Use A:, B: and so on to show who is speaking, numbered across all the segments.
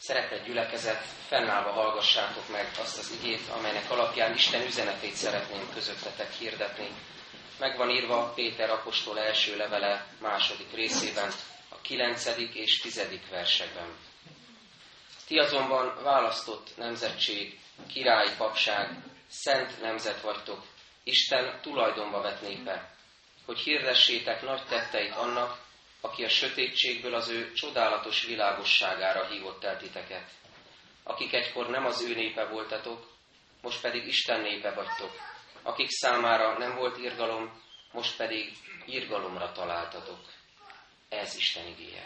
A: Szeretett gyülekezet, fennállva hallgassátok meg azt az igét, amelynek alapján Isten üzenetét szeretném közöttetek hirdetni. Meg van írva Péter apostol első levele 2. részében, a 9. és 10. versekben. Ti azonban választott nemzetség, királyi papság, szent nemzet vagytok, Isten tulajdonba vett népe, hogy hirdessétek nagy tetteit annak, aki a sötétségből az ő csodálatos világosságára hívott el titeket. Akik egykor nem az ő népe voltatok, most pedig Isten népe vagytok. Akik számára nem volt irgalom, most pedig irgalomra találtatok. Ez Isten igéje.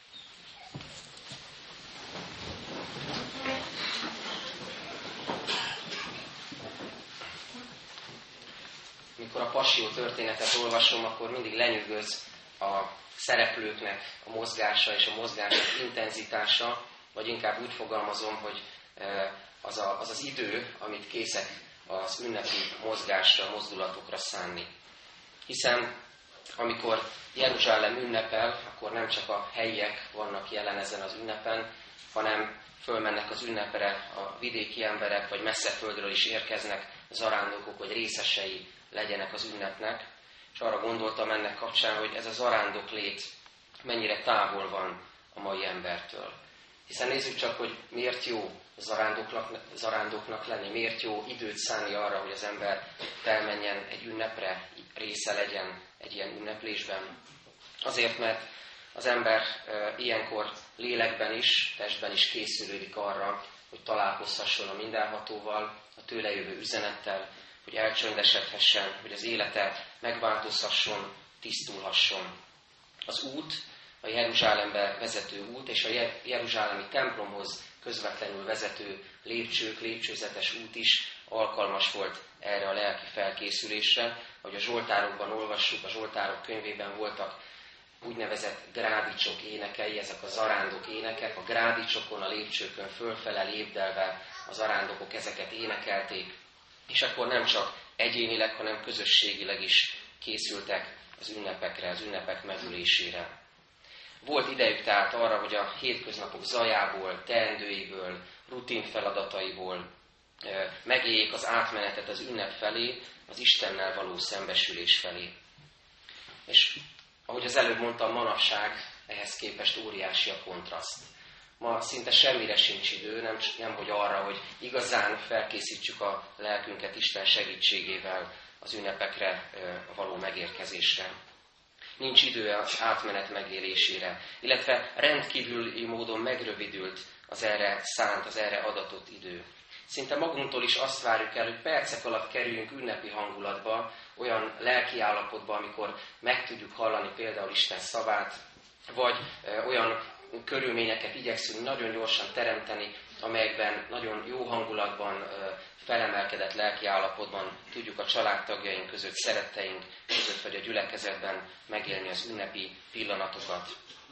A: Mikor a Passió történetet olvasom, akkor mindig lenyűgöz a szereplőknek a mozgása és a mozgások intenzitása, vagy inkább úgy fogalmazom, hogy az az idő, amit készek az ünnepi mozgásra, mozdulatokra szánni. Hiszen amikor Jeruzsálem ünnepel, akkor nem csak a helyiek vannak jelen ezen az ünnepen, hanem fölmennek az ünnepre a vidéki emberek, vagy messzeföldről is érkeznek zarándokok, hogy részesei legyenek az ünnepnek. És arra gondoltam ennek kapcsán, hogy ez a zarándok lét mennyire távol van a mai embertől. Hiszen nézzük csak, hogy miért jó zarándoknak lenni, miért jó időt szánni arra, hogy az ember felmenjen egy ünnepre, része legyen egy ilyen ünneplésben. Azért, mert az ember ilyenkor lélekben is, testben is készülődik arra, hogy találkozhasson a mindenhatóval, a tőle jövő üzenettel, hogy elcsöndesedhessen, hogy az élete megváltozhasson, tisztulhasson. Az út, a Jeruzsálembe vezető út, és a jeruzsálemi templomhoz közvetlenül vezető lépcsők, lépcsőzetes út is alkalmas volt erre a lelki felkészülésre. Ahogy a Zsoltárokban olvassuk, a Zsoltárok könyvében voltak úgynevezett grádicsok énekei, ezek a zarándok énekek. A grádicsokon, a lépcsőkön fölfele lépdelve a zarándokok ezeket énekelték, és akkor nem csak egyénileg, hanem közösségileg is készültek az ünnepekre, az ünnepek megülésére. Volt idejük tehát arra, hogy a hétköznapok zajából, teendőiből, rutin feladataiból megéljék az átmenetet az ünnep felé, az Istennel való szembesülés felé. És ahogy az előbb mondtam, manapság ehhez képest óriási a kontraszt. Ma szinte semmire sincs idő, nem hogy arra, hogy igazán felkészítsük a lelkünket Isten segítségével az ünnepekre való megérkezésre. Nincs idő az átmenet megélésére, illetve rendkívüli módon megrövidült az erre szánt, az erre adatott idő. Szinte magunktól is azt várjuk el, hogy percek alatt kerüljünk ünnepi hangulatba, olyan lelki állapotba, amikor meg tudjuk hallani például Isten szavát, vagy olyan körülményeket igyekszünk nagyon gyorsan teremteni, amelyekben nagyon jó hangulatban, felemelkedett lelki állapotban tudjuk a családtagjaink között, szeretteink között, vagy a gyülekezetben megélni az ünnepi pillanatokat.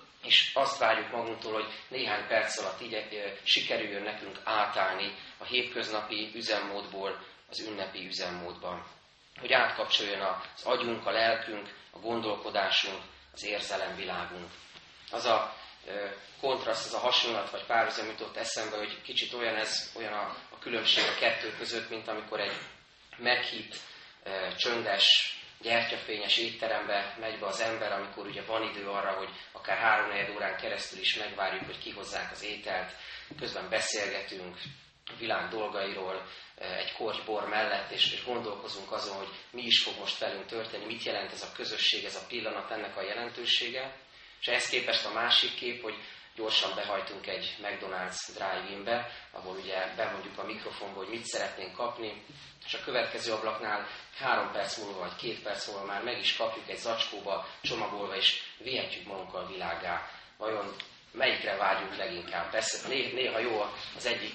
A: És azt várjuk magunktól, hogy néhány perc alatt sikerüljön nekünk átállni a hétköznapi üzemmódból az ünnepi üzemmódban. Hogy átkapcsoljon az agyunk, a lelkünk, a gondolkodásunk, az érzelemvilágunk. Az a kontraszt, az a hasonlat vagy párhuzam jutott eszembe, hogy kicsit olyan a különbség a kettő között, mint amikor egy meghitt, csöndes, gyertyafényes étterembe megy be az ember, amikor ugye van idő arra, hogy akár 3-4 órán keresztül is megvárjuk, hogy kihozzák az ételt, közben beszélgetünk a világ dolgairól, egy korty bor mellett, és gondolkozunk azon, hogy mi is fog most velünk történni, mit jelent ez a közösség, ez a pillanat, ennek a jelentősége. És ehhez képest a másik kép, hogy gyorsan behajtunk egy McDonald's drive-inbe, ahol ugye bemondjuk a mikrofonba, hogy mit szeretnénk kapni, és a következő ablaknál 3 perc múlva vagy 2 perc múlva már meg is kapjuk egy zacskóba csomagolva, és vihetjük magunkkal világgá. Vajon melyikre vágyunk leginkább? Persze néha jó az egyik,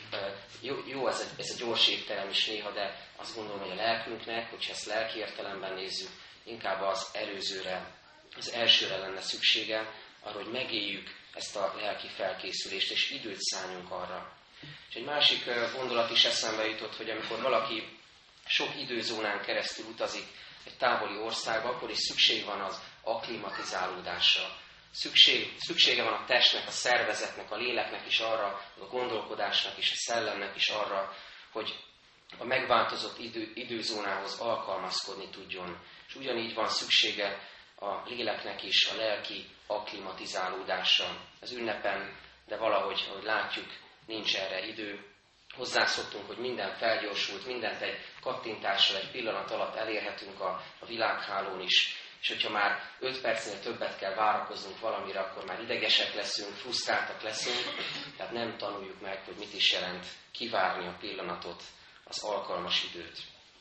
A: jó ez a gyors étterem is néha, de azt gondolom, hogy a lelkünknek, hogyha ezt lelki értelemben nézzük, inkább az előzőre, az elsőre lenne szüksége, arra, hogy megéljük ezt a lelki felkészülést, és időt szálljunk arra. És egy másik gondolat is eszembe jutott, hogy amikor valaki sok időzónán keresztül utazik egy távoli országba, akkor is szükség van az akklimatizálódásra. Szüksége van a testnek, a szervezetnek, a léleknek is arra, a gondolkodásnak és a szellemnek is arra, hogy a megváltozott időzónához alkalmazkodni tudjon. És ugyanígy van szüksége a léleknek is a lelki akklimatizálódásra. Az ünnepen, de valahogy, ahogy látjuk, nincs erre idő. Hozzászoktunk, hogy minden felgyorsult, mindent egy kattintással, egy pillanat alatt elérhetünk a világhálón is. És hogyha már 5 percnél többet kell várakoznunk valamire, akkor már idegesek leszünk, frusztráltak leszünk, tehát nem tanuljuk meg, hogy mit is jelent kivárni a pillanatot, az alkalmas időt.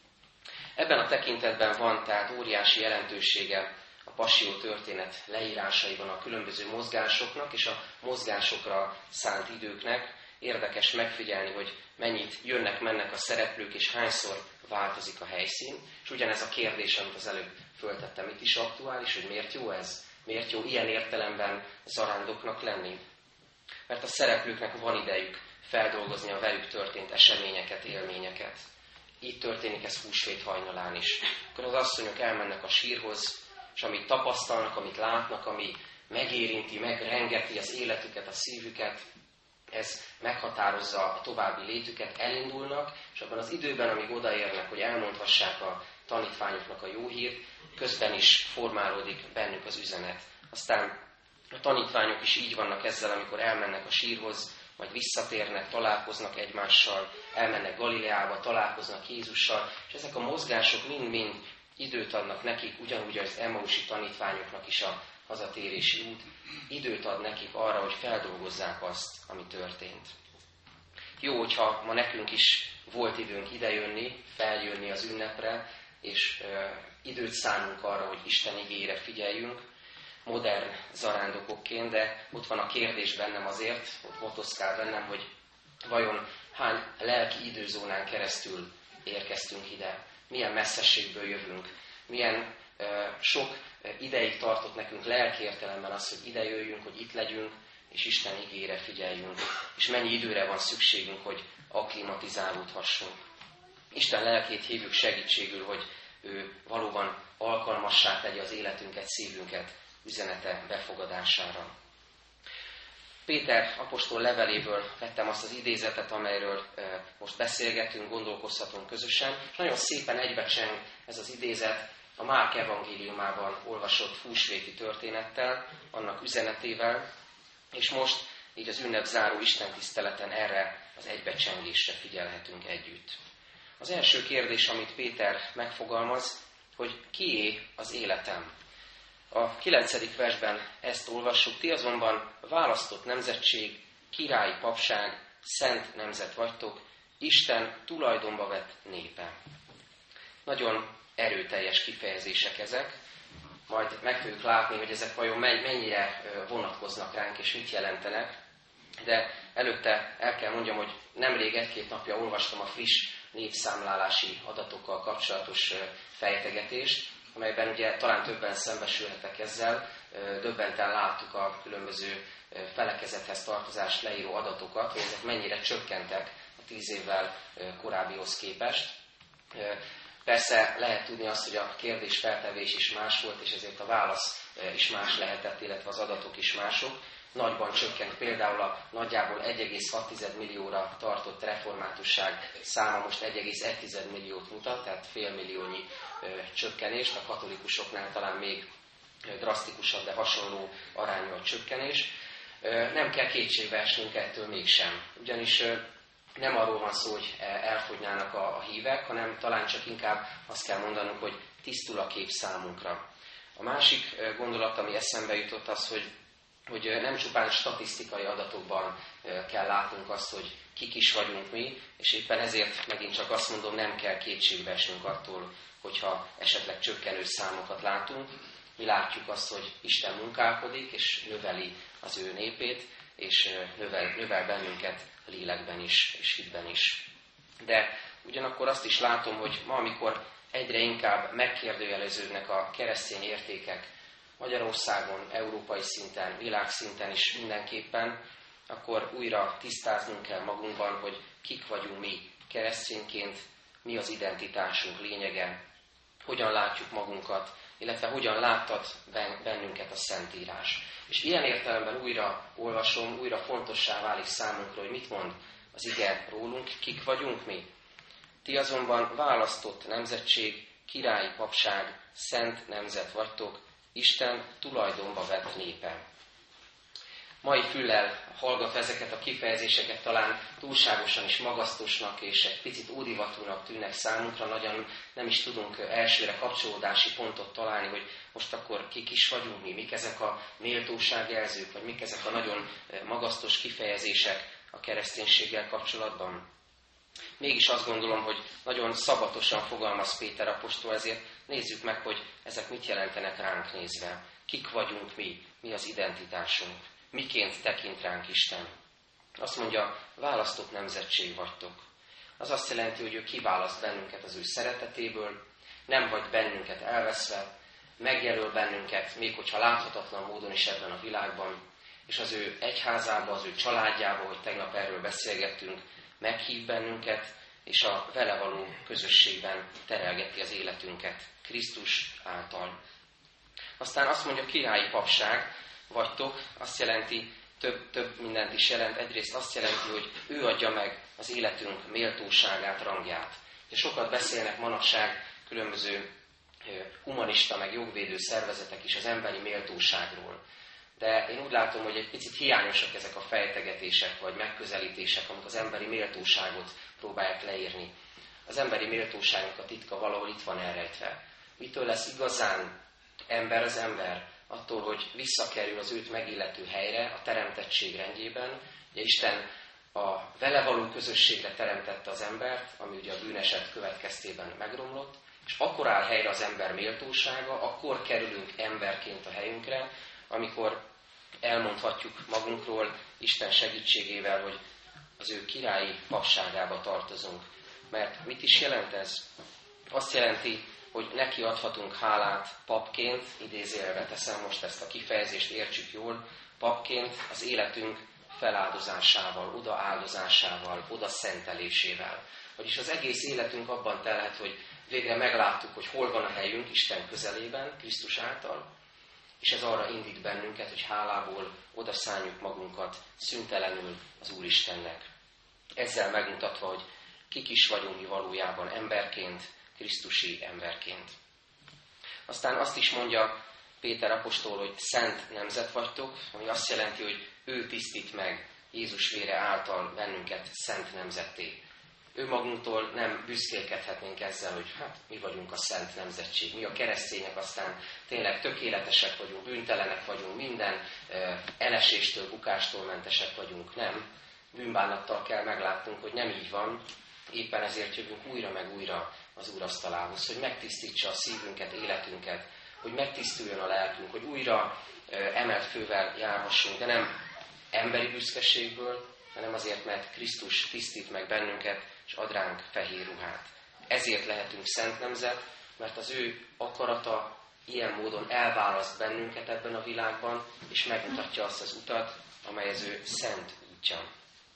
A: Ebben a tekintetben van tehát óriási jelentősége a passzió történet leírásaiban a különböző mozgásoknak és a mozgásokra szánt időknek. Érdekes megfigyelni, hogy mennyit jönnek-mennek a szereplők, és hányszor változik a helyszín. És ugyanez a kérdés, amit az előbb föltettem, itt is aktuális, hogy miért jó ez? Miért jó ilyen értelemben zarándoknak lenni? Mert a szereplőknek van idejük feldolgozni a velük történt eseményeket, élményeket. Így történik ez húsvét hajnalán is. Akkor az asszonyok elmennek a sírhoz, és amit tapasztalnak, amit látnak, ami megérinti, megrengeti az életüket, a szívüket, ez meghatározza a további létüket, elindulnak, és abban az időben, amíg odaérnek, hogy elmondhassák a tanítványoknak a jó hírt, közben is formálódik bennük az üzenet. Aztán a tanítványok is így vannak ezzel, amikor elmennek a sírhoz, majd visszatérnek, találkoznak egymással, elmennek Galileába, találkoznak Jézussal, és ezek a mozgások mind-mind időt adnak nekik, ugyanúgy az Emmausi tanítványoknak is a hazatérési út, időt ad nekik arra, hogy feldolgozzák azt, ami történt. Jó, hogyha ma nekünk is volt időnk idejönni, feljönni az ünnepre, és időt szánunk arra, hogy Isten igéjére figyeljünk, modern zarándokokként, de ott van a kérdés bennem azért, ott motoszkál bennem, hogy vajon hány lelki időzónán keresztül érkeztünk ide, milyen messzességből jövünk, milyen sok ideig tartott nekünk lelki értelemben az, hogy ide jöjjünk, hogy itt legyünk, és Isten igéjére figyeljünk, és mennyi időre van szükségünk, hogy akklimatizálódhassunk. Isten lelkét hívjuk segítségül, hogy ő valóban alkalmassá tegye az életünket, szívünket üzenete befogadására. Péter apostol leveléből vettem azt az idézetet, amelyről most beszélgetünk, gondolkozhatunk közösen, és nagyon szépen egybecseng ez az idézet a Márk evangéliumában olvasott húsvéti történettel, annak üzenetével, és most így az ünnepzáró istentiszteleten erre az egybecsengésre figyelhetünk együtt. Az első kérdés, amit Péter megfogalmaz, hogy kié az életem? A 9. versben ezt olvassuk, ti azonban választott nemzetség, királyi papság, szent nemzet vagytok, Isten tulajdonba vett népe. Nagyon erőteljes kifejezések ezek, majd meg fogjuk látni, hogy ezek vajon mennyire vonatkoznak ránk és mit jelentenek, de előtte el kell mondjam, hogy nemrég 1-2 napja olvastam a friss népszámlálási adatokkal kapcsolatos fejtegetést, amelyben ugye talán többen szembesülhetek ezzel, döbbenten láttuk a különböző felekezethez tartozást leíró adatokat, hogy ezek mennyire csökkentek a 10 évvel korábbihoz képest. Persze lehet tudni azt, hogy a kérdés feltevés is más volt, és ezért a válasz is más lehetett, illetve az adatok is mások. Nagyban csökkent például a nagyjából 1,6 millióra tartott reformátusság száma most 1,1 milliót mutat, tehát félmilliónyi csökkenést, a katolikusoknál talán még drasztikusabb, de hasonló arányú a csökkenés. Nem kell kétségbe esnünk ettől mégsem, ugyanis nem arról van szó, hogy elfogynának a hívek, hanem talán csak inkább azt kell mondanunk, hogy tisztul a kép számunkra. A másik gondolat, ami eszembe jutott, az, hogy nem csupán statisztikai adatokban kell látnunk azt, hogy kik is vagyunk mi, és éppen ezért megint csak azt mondom, nem kell kétségbe esnünk attól, hogyha esetleg csökkenő számokat látunk. Mi látjuk azt, hogy Isten munkálkodik, és növeli az ő népét, és növel bennünket a lélekben is, és hitben is. De ugyanakkor azt is látom, hogy ma, amikor egyre inkább megkérdőjeleződnek a keresztény értékek Magyarországon, európai szinten, világszinten is mindenképpen, akkor újra tisztáznunk kell magunkban, hogy kik vagyunk mi keresztényként, mi az identitásunk lényege, hogyan látjuk magunkat illetve hogyan láttat bennünket a Szentírás. És ilyen értelemben újra olvasom, újra fontossá válik számunkra, hogy mit mond az ige rólunk, kik vagyunk mi. Ti azonban választott nemzetség, királyi papság, szent nemzet vagytok, Isten tulajdonba vett népe. Mai füllel hallgatva ezeket a kifejezéseket talán túlságosan is magasztosnak és egy picit ódivatúnak tűnnek számunkra, nagyon nem is tudunk elsőre kapcsolódási pontot találni, hogy most akkor kik is vagyunk mi, mik ezek a méltóságjelzők, vagy mik ezek a nagyon magasztos kifejezések a kereszténységgel kapcsolatban. Mégis azt gondolom, hogy nagyon szabatosan fogalmaz Péter apostol, ezért nézzük meg, hogy ezek mit jelentenek ránk nézve. Kik vagyunk mi az identitásunk, miként tekint ránk Isten. Azt mondja, választott nemzetség vagytok. Az azt jelenti, hogy ő kiválaszt bennünket az ő szeretetéből, nem hagy bennünket elveszve, megjelöl bennünket, még hogyha láthatatlan módon is ebben a világban, és az ő egyházába, az ő családjába, hogy tegnap erről beszélgettünk, meghív bennünket, és a vele való közösségben terelgeti az életünket Krisztus által. Aztán azt mondja, királyi papság vagytok, azt jelenti, több mindent is jelent. Egyrészt azt jelenti, hogy ő adja meg az életünk méltóságát, rangját. És sokat beszélnek manapság különböző humanista, meg jogvédő szervezetek is az emberi méltóságról. De én úgy látom, hogy egy picit hiányosak ezek a fejtegetések, vagy megközelítések, amik az emberi méltóságot próbálják leírni. Az emberi méltóságnak a titka valahol itt van elrejtve. Mitől lesz igazán ember az ember? Attól, hogy visszakerül az őt megillető helyre, a teremtettség rendjében. Ugye Isten a vele való közösségre teremtette az embert, ami ugye a bűneset következtében megromlott, és akkor áll helyre az ember méltósága, akkor kerülünk emberként a helyünkre, amikor elmondhatjuk magunkról Isten segítségével, hogy az ő királyi papságába tartozunk. Mert mit is jelent ez? Azt jelenti, hogy neki adhatunk hálát papként, idézőjelbe teszem most ezt a kifejezést, értsük jól, papként az életünk feláldozásával, odaáldozásával, odaszentelésével. Vagyis az egész életünk abban telhet, hogy végre megláttuk, hogy hol van a helyünk Isten közelében, Krisztus által, és ez arra indít bennünket, hogy hálából odaszálljuk magunkat szüntelenül az Úristennek. Ezzel megmutatva, hogy kik is vagyunk mi valójában emberként, krisztusi emberként. Aztán azt is mondja Péter apostol, hogy szent nemzet vagytok, ami azt jelenti, hogy ő tisztít meg Jézus vére által bennünket szent nemzetté. Ő magunktól nem büszkélkedhetnénk ezzel, hogy hát mi vagyunk a szent nemzetség. Mi a keresztények aztán tényleg tökéletesek vagyunk, bűntelenek vagyunk, minden eleséstől, bukástól mentesek vagyunk. Nem. Bűnbánattal kell meglátnunk, hogy nem így van. Éppen ezért jövünk újra meg újra az Úr asztalához, hogy megtisztítsa a szívünket, életünket, hogy megtisztuljon a lelkünk, hogy újra emelt fővel járhassunk, de nem emberi büszkeségből, hanem azért, mert Krisztus tisztít meg bennünket, és ad ránk fehér ruhát. Ezért lehetünk szent nemzet, mert az ő akarata ilyen módon elválaszt bennünket ebben a világban, és megmutatja azt az utat, amely az ő szent útja.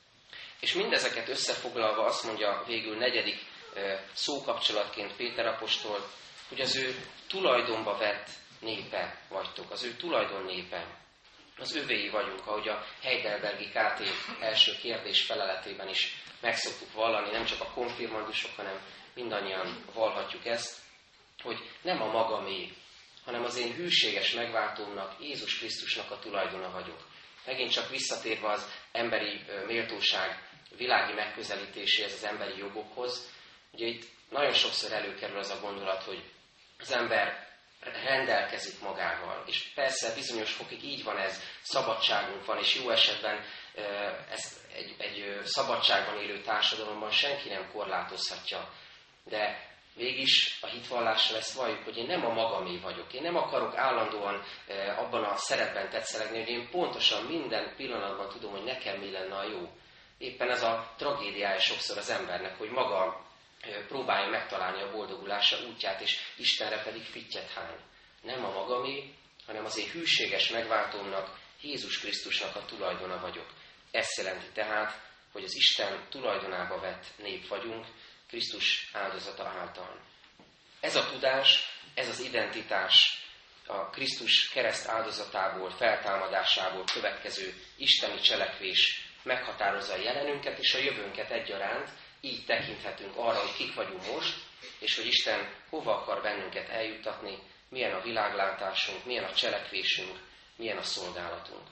A: És mindezeket összefoglalva azt mondja végül negyedik szókapcsolatként Péter apostol, hogy az ő tulajdonba vett népe vagytok, az ő tulajdon népe. Az övéi vagyunk, ahogy a Heidelbergi KT első kérdés feleletében is megszoktuk vallani, nem csak a konfirmandusok, hanem mindannyian vallhatjuk ezt, hogy nem a magamé, hanem az én hűséges megváltómnak, Jézus Krisztusnak a tulajdona vagyok. Megint csak visszatérve az emberi méltóság világi megközelítéséhez, az emberi jogokhoz, ugye itt nagyon sokszor előkerül az a gondolat, hogy az ember rendelkezik magával. És persze bizonyos fokig így van ez, szabadságunk van, és jó esetben ezt egy szabadságban élő társadalomban senki nem korlátozhatja. De mégis a hitvallással ezt valljuk, hogy én nem a magamé vagyok. Én nem akarok állandóan abban a szerepben tetszelegni, hogy én pontosan minden pillanatban tudom, hogy nekem mi lenne a jó. Éppen ez a tragédiája sokszor az embernek, hogy maga próbálja megtalálni a boldogulása útját, és Istenre pedig fittyet hány. Nem a magamé, hanem az én hűséges megváltómnak, Jézus Krisztusnak a tulajdona vagyok. Ezt jelenti tehát, hogy az Isten tulajdonába vett nép vagyunk, Krisztus áldozata által. Ez a tudás, ez az identitás a Krisztus kereszt áldozatából, feltámadásából következő isteni cselekvés meghatározza a jelenünket és a jövőnket egyaránt, így tekinthetünk arra, hogy kik vagyunk most, és hogy Isten hova akar bennünket eljuttatni, milyen a világlátásunk, milyen a cselekvésünk, milyen a szolgálatunk.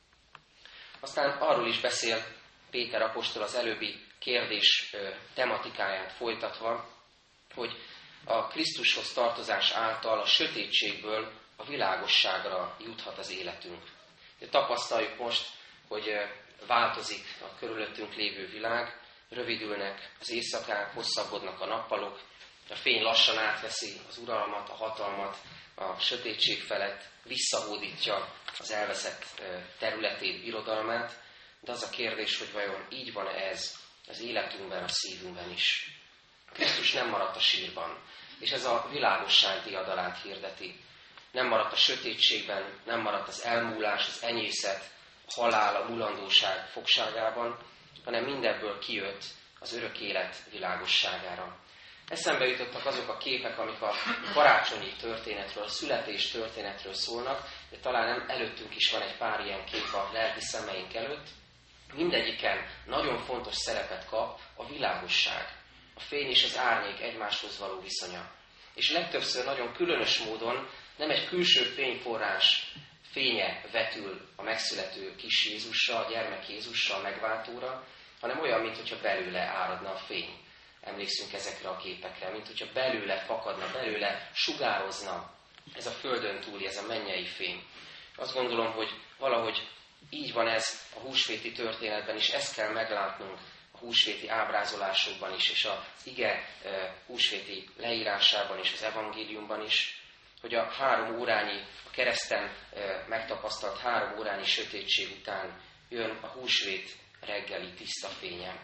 A: Aztán arról is beszél Péter apostol az előbbi kérdés tematikáját folytatva, hogy a Krisztushoz tartozás által a sötétségből a világosságra juthat az életünk. De tapasztaljuk most, hogy változik a körülöttünk lévő világ, rövidülnek az éjszakák, hosszabbodnak a nappalok, a fény lassan átveszi az uralmat, a hatalmat a sötétség felett, visszahódítja az elveszett területét, birodalmát, de az a kérdés, hogy vajon így van ez az életünkben, a szívünkben is. Krisztus nem maradt a sírban, és ez a világosság diadalát hirdeti. Nem maradt a sötétségben, nem maradt az elmúlás, az enyészet, a halál, a mulandóság fogságában, hanem mindebből kijött az örök élet világosságára. Eszembe jutottak azok a képek, amik a karácsonyi történetről, a születés történetről szólnak, de talán előttünk is van egy pár ilyen kép a lelki szemeink előtt. Mindegyiken nagyon fontos szerepet kap a világosság, a fény és az árnyék egymáshoz való viszonya. És legtöbbször nagyon különös módon nem egy külső fényforrás fénye vetül a megszülető kis Jézusra, a gyermek Jézusra, a megváltóra, hanem olyan, mintha belőle áradna a fény. Emlékszünk ezekre a képekre, mintha belőle fakadna, belőle sugározna ez a földön túli, ez a mennyei fény. Azt gondolom, hogy valahogy így van ez a húsvéti történetben is, ezt kell meglátnunk a húsvéti ábrázolásokban is, és az ige húsvéti leírásában és az evangéliumban is, hogy a 3 órányi, a kereszten megtapasztalt 3 órányi sötétség után jön a húsvét reggeli tiszta fénye.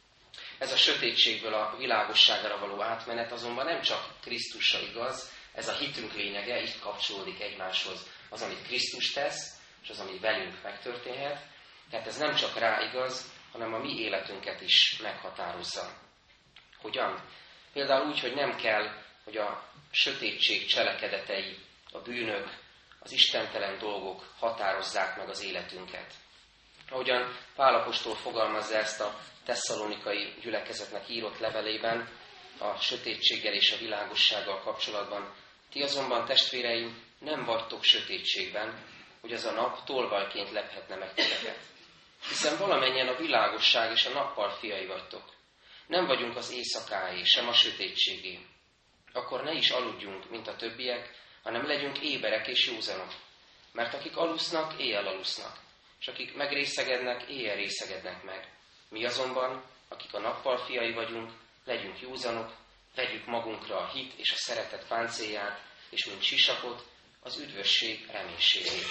A: Ez a sötétségből a világosságra való átmenet azonban nem csak Krisztusra igaz, ez a hitünk lényege, itt kapcsolódik egymáshoz az, amit Krisztus tesz, és az, ami velünk megtörténhet. Tehát ez nem csak rá igaz, hanem a mi életünket is meghatározza. Hogyan? Például úgy, hogy nem kell, hogy a sötétség cselekedetei, a bűnök, az istentelen dolgok határozzák meg az életünket. Ahogyan Pál apostol fogalmazza ezt a tesszalonikai gyülekezetnek írott levelében, a sötétséggel és a világossággal kapcsolatban: ti azonban, testvéreim, nem vagytok sötétségben, hogy az a nap tolvajként lephetne meg titeket. Hiszen valamennyien a világosság és a nappal fiai vagytok. Nem vagyunk az éjszakáé, sem a sötétségé. Akkor ne is aludjunk, mint a többiek, hanem legyünk éberek és józanok. Mert akik alusznak, éjjel alusznak, és akik megrészegednek, éjjel részegednek meg. Mi azonban, akik a nappal fiai vagyunk, legyünk józanok, vegyük magunkra a hit és a szeretet páncélját, és mint sisakot, az üdvösség reménységét.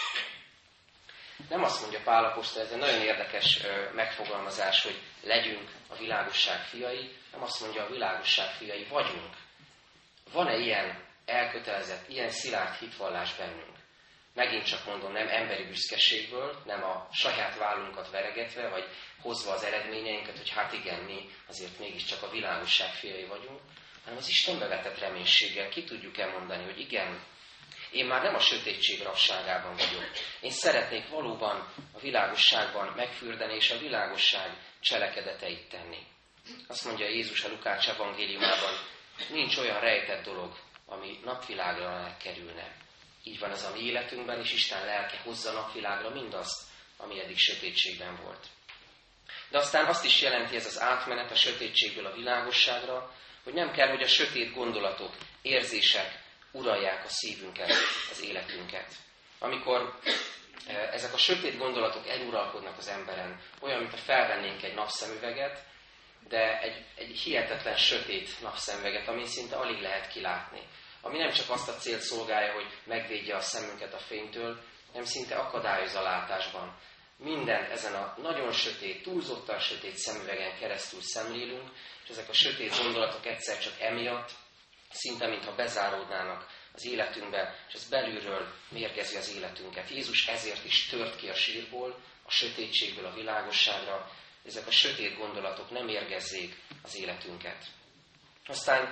A: Nem azt mondja Pál apostol, ez egy nagyon érdekes megfogalmazás, hogy legyünk a világosság fiai, nem azt mondja, a világosság fiai vagyunk. Van-e ilyen elkötelezett, ilyen szilárd hitvallás bennünk? Megint csak mondom, nem emberi büszkeségből, nem a saját vállunkat veregetve, vagy hozva az eredményeinket, hogy hát igen, mi azért mégiscsak a világosság fiai vagyunk, hanem az Istenbe vetett reménységgel ki tudjuk elmondani, hogy igen, én már nem a sötétség rabságában vagyok. Én szeretnék valóban a világosságban megfürdeni, és a világosság cselekedeteit tenni. Azt mondja Jézus a Lukács evangéliumában, nincs olyan rejtett dolog, ami napvilágra kerülne. Így van ez a mi életünkben, és Isten lelke hozza napvilágra mindazt, ami eddig sötétségben volt. De aztán azt is jelenti ez az átmenet a sötétségből a világosságra, hogy nem kell, hogy a sötét gondolatok, érzések uralják a szívünket, az életünket. Amikor ezek a sötét gondolatok eluralkodnak az emberen, olyan, mintha felvennénk egy napszemüveget, de egy hihetetlen sötét napszemüveget, amin szinte alig lehet kilátni. Ami nem csak azt a célt szolgálja, hogy megvédje a szemünket a fénytől, hanem szinte akadályoz a látásban. Minden ezen a nagyon sötét, túlzottan sötét szemüvegen keresztül szemlélünk, és ezek a sötét gondolatok egyszer csak emiatt szinte mintha bezáródnának az életünkbe, és ez belülről mérgezi az életünket. Jézus ezért is tört ki a sírból, a sötétségből a világosságra, ezek a sötét gondolatok nem mérgezzék az életünket. Aztán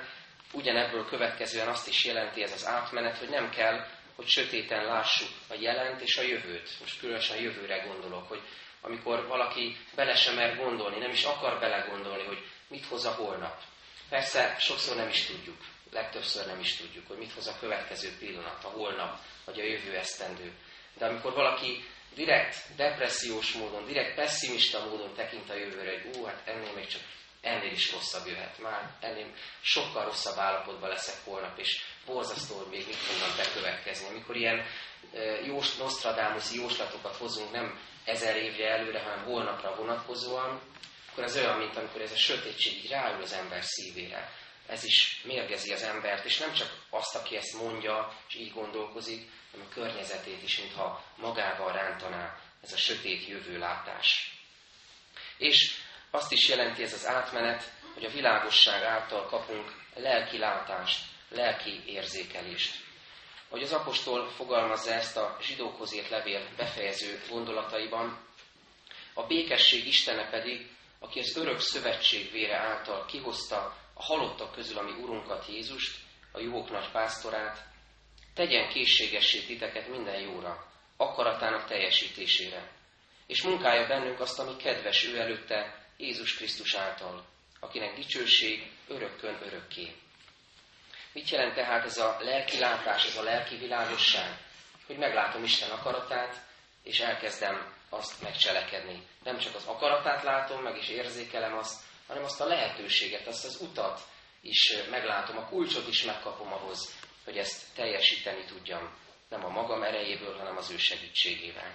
A: ugyanebből következően azt is jelenti ez az átmenet, hogy nem kell, hogy sötéten lássuk a jelent és a jövőt. Most különösen a jövőre gondolok, hogy amikor valaki bele sem mer gondolni, nem is akar belegondolni, hogy mit hoz a holnap. Persze sokszor nem is tudjuk, legtöbbször nem is tudjuk, hogy mit hoz a következő pillanat, a holnap, vagy a jövő esztendő. De amikor valaki direkt depressziós módon, direkt pessimista módon tekint a jövőre, hogy hát ennél is rosszabb jöhet már, ennél sokkal rosszabb állapotban leszek holnap, és borzasztó, hogy még mit fognak bekövetkezni. Amikor ilyen Nostradamuszi jóslatokat hozunk nem 1000 évre előre, hanem holnapra vonatkozóan, akkor ez olyan, mint amikor ez a sötétség így ráül az ember szívére. Ez is mérgezi az embert, és nem csak azt, aki ezt mondja, és így gondolkozik, hanem a környezetét is, mintha magával rántaná ez a sötét jövőlátás. És azt is jelenti ez az átmenet, hogy a világosság által kapunk lelki látást, lelki érzékelést. Ahogy az apostol fogalmazza ezt a zsidókhoz írt levél befejező gondolataiban, a békesség Istene pedig, aki az örök szövetség vére által kihozta a halottak közül a mi Urunkat Jézust, a juhok nagy pásztorát, tegyen készségessé titeket minden jóra, akaratának teljesítésére, és munkálja bennünk azt, ami kedves ő előtte, Jézus Krisztus által, akinek dicsőség örökkön örökké. Mit jelent tehát ez a lelki látás, ez a lelki világosság? Hogy meglátom Isten akaratát, és elkezdem azt megcselekedni. Nem csak az akaratát látom meg, és érzékelem azt, hanem azt a lehetőséget, azt az utat is meglátom, a kulcsot is megkapom ahhoz, hogy ezt teljesíteni tudjam. Nem a magam erejéből, hanem az ő segítségével.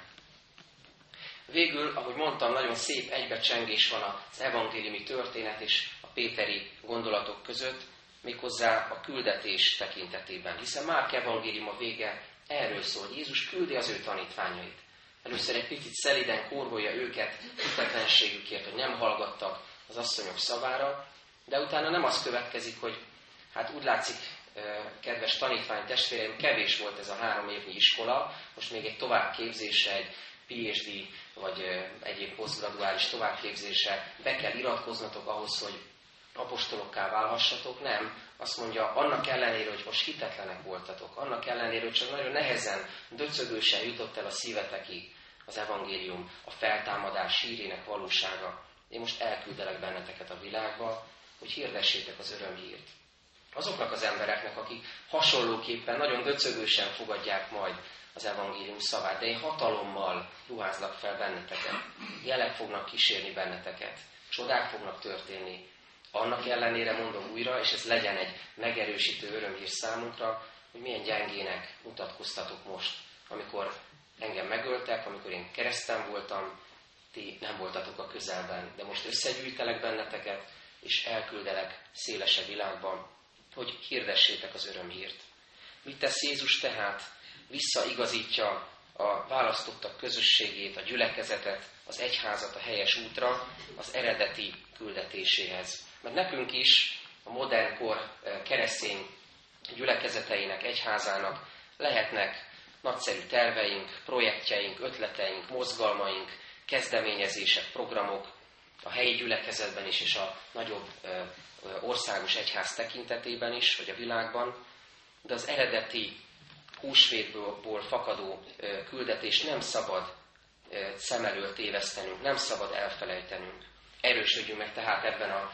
A: Végül, ahogy mondtam, nagyon szép egybecsengés van az evangéliumi történet és a péteri gondolatok között, méghozzá a küldetés tekintetében. Hiszen Márk evangélium a vége erről szól, hogy Jézus küldi az ő tanítványait. Először egy picit szeliden kórgolja őket hitetlenségükért, hogy nem hallgattak az asszonyok szavára, de utána nem az következik, hogy hát úgy látszik, kedves tanítvány testvéreim, kevés volt ez a 3 évnyi iskola, most még egy továbbképzésre, egy PhD vagy egyéb posztgraduális továbbképzésre be kell iratkoznatok ahhoz, hogy apostolokká válhassatok. Nem. Azt mondja, annak ellenére, hogy most hitetlenek voltatok, annak ellenére, hogy csak nagyon nehezen, döcögősen jutott el a szívetekig az evangélium, a feltámadás hírének valósága. Én most elküldelek benneteket a világba, hogy hirdessétek az örömhírt. Azoknak az embereknek, akik hasonlóképpen nagyon döcögősen fogadják majd az evangélium szavát, de én hatalommal ruházlak fel benneteket. Jelek fognak kísérni benneteket, csodák fognak történni. Annak ellenére mondom újra, és ez legyen egy megerősítő örömhír számunkra, hogy milyen gyengének mutatkoztatok most, amikor engem megöltek, amikor én kereszten voltam, ti nem voltatok a közelben, de most összegyűjtelek benneteket, és elküldelek szélesebb világban, hogy hirdessétek az örömhírt. Mit tesz Jézus tehát? Visszaigazítja a választottak közösségét, a gyülekezetet, az egyházat a helyes útra, az eredeti küldetéséhez. Mert nekünk is, a modern kor keresztény gyülekezeteinek, egyházának lehetnek nagyszerű terveink, projektjeink, ötleteink, mozgalmaink, kezdeményezések, programok a helyi gyülekezetben is, és a nagyobb országos egyház tekintetében is, vagy a világban, de az eredeti húsvétból fakadó küldetést nem szabad szem elől tévesztenünk, nem szabad elfelejtenünk. Erősödjünk meg tehát ebben az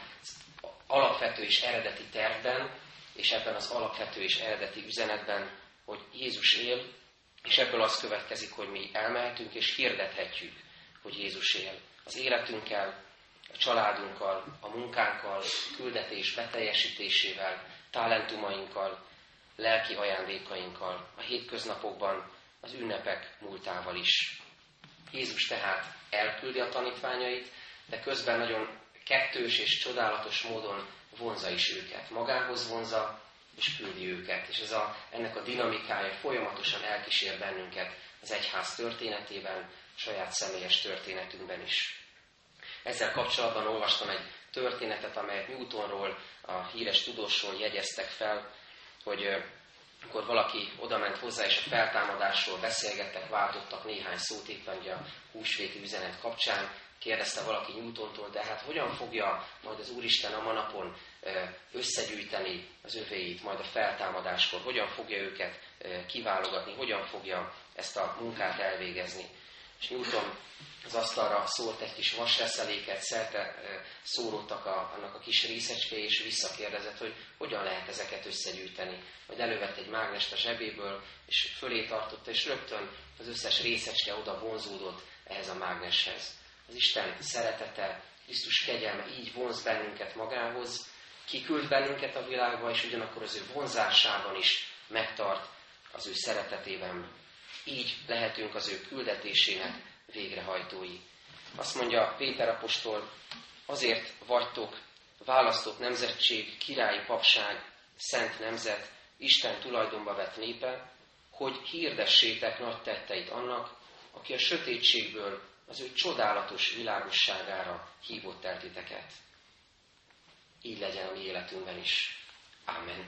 A: alapvető és eredeti tervben, és ebben az alapvető és eredeti üzenetben, hogy Jézus él, és ebből az következik, hogy mi elmehetünk és hirdethetjük, hogy Jézus él. Az életünkkel, a családunkkal, a munkánkkal, küldetés beteljesítésével, talentumainkkal, lelki ajándékainkkal, a hétköznapokban, az ünnepek múltával is. Jézus tehát elküldi a tanítványait, de közben nagyon kettős és csodálatos módon vonza is őket. Magához vonza, és küldi őket. És ennek a dinamikája folyamatosan elkísér bennünket az egyház történetében, saját személyes történetünkben is. Ezzel kapcsolatban olvastam egy történetet, amelyet Newtonról, a híres tudósról jegyeztek fel, hogy amikor valaki odament hozzá, és a feltámadásról beszélgettek, váltottak néhány szót éppen ugye a húsvéti üzenet kapcsán, kérdezte valaki Newtontól, de hát hogyan fogja majd az Úristen a manapon összegyűjteni az övéit, majd a feltámadáskor, hogyan fogja őket kiválogatni, hogyan fogja ezt a munkát elvégezni. És Newton az asztalra szólt egy kis vasreszeléket, szerte szóródtak annak a kis részecskéje, és visszakérdezett, hogy hogyan lehet ezeket összegyűjteni. Majd elővett egy mágnest a zsebéből, és fölé tartotta, és rögtön az összes részecske oda vonzódott ehhez a mágneshez. Az Isten szeretete, Krisztus kegyelme így vonz bennünket magához, kiküld bennünket a világba, és ugyanakkor az ő vonzásában is megtart az ő szeretetében. Így lehetünk az ő küldetésének végrehajtói. Azt mondja Péter apostol, azért vagytok választott nemzetség, királyi papság, szent nemzet, Isten tulajdonba vett népe, hogy hirdessétek nagy tetteit annak, aki a sötétségből az ő csodálatos világosságára hívott el titeket. Így legyen a mi életünkben is. Amen.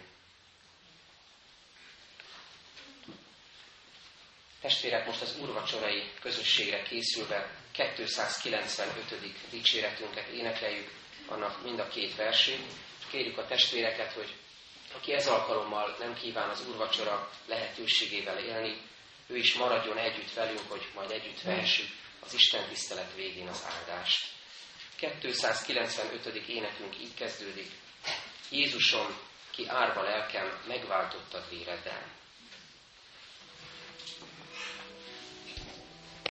A: Testvérek, most az úrvacsorai közösségre készülve 295. dicséretünket énekeljük, annak mind a két versét. Kérjük a testvéreket, hogy aki ez alkalommal nem kíván az úrvacsora lehetőségével élni, ő is maradjon együtt velünk, hogy majd együtt vehessük az Isten tisztelet végén az áldást. 295. énekünk így kezdődik. Jézusom, ki árva lelkem, megváltottad véreddel.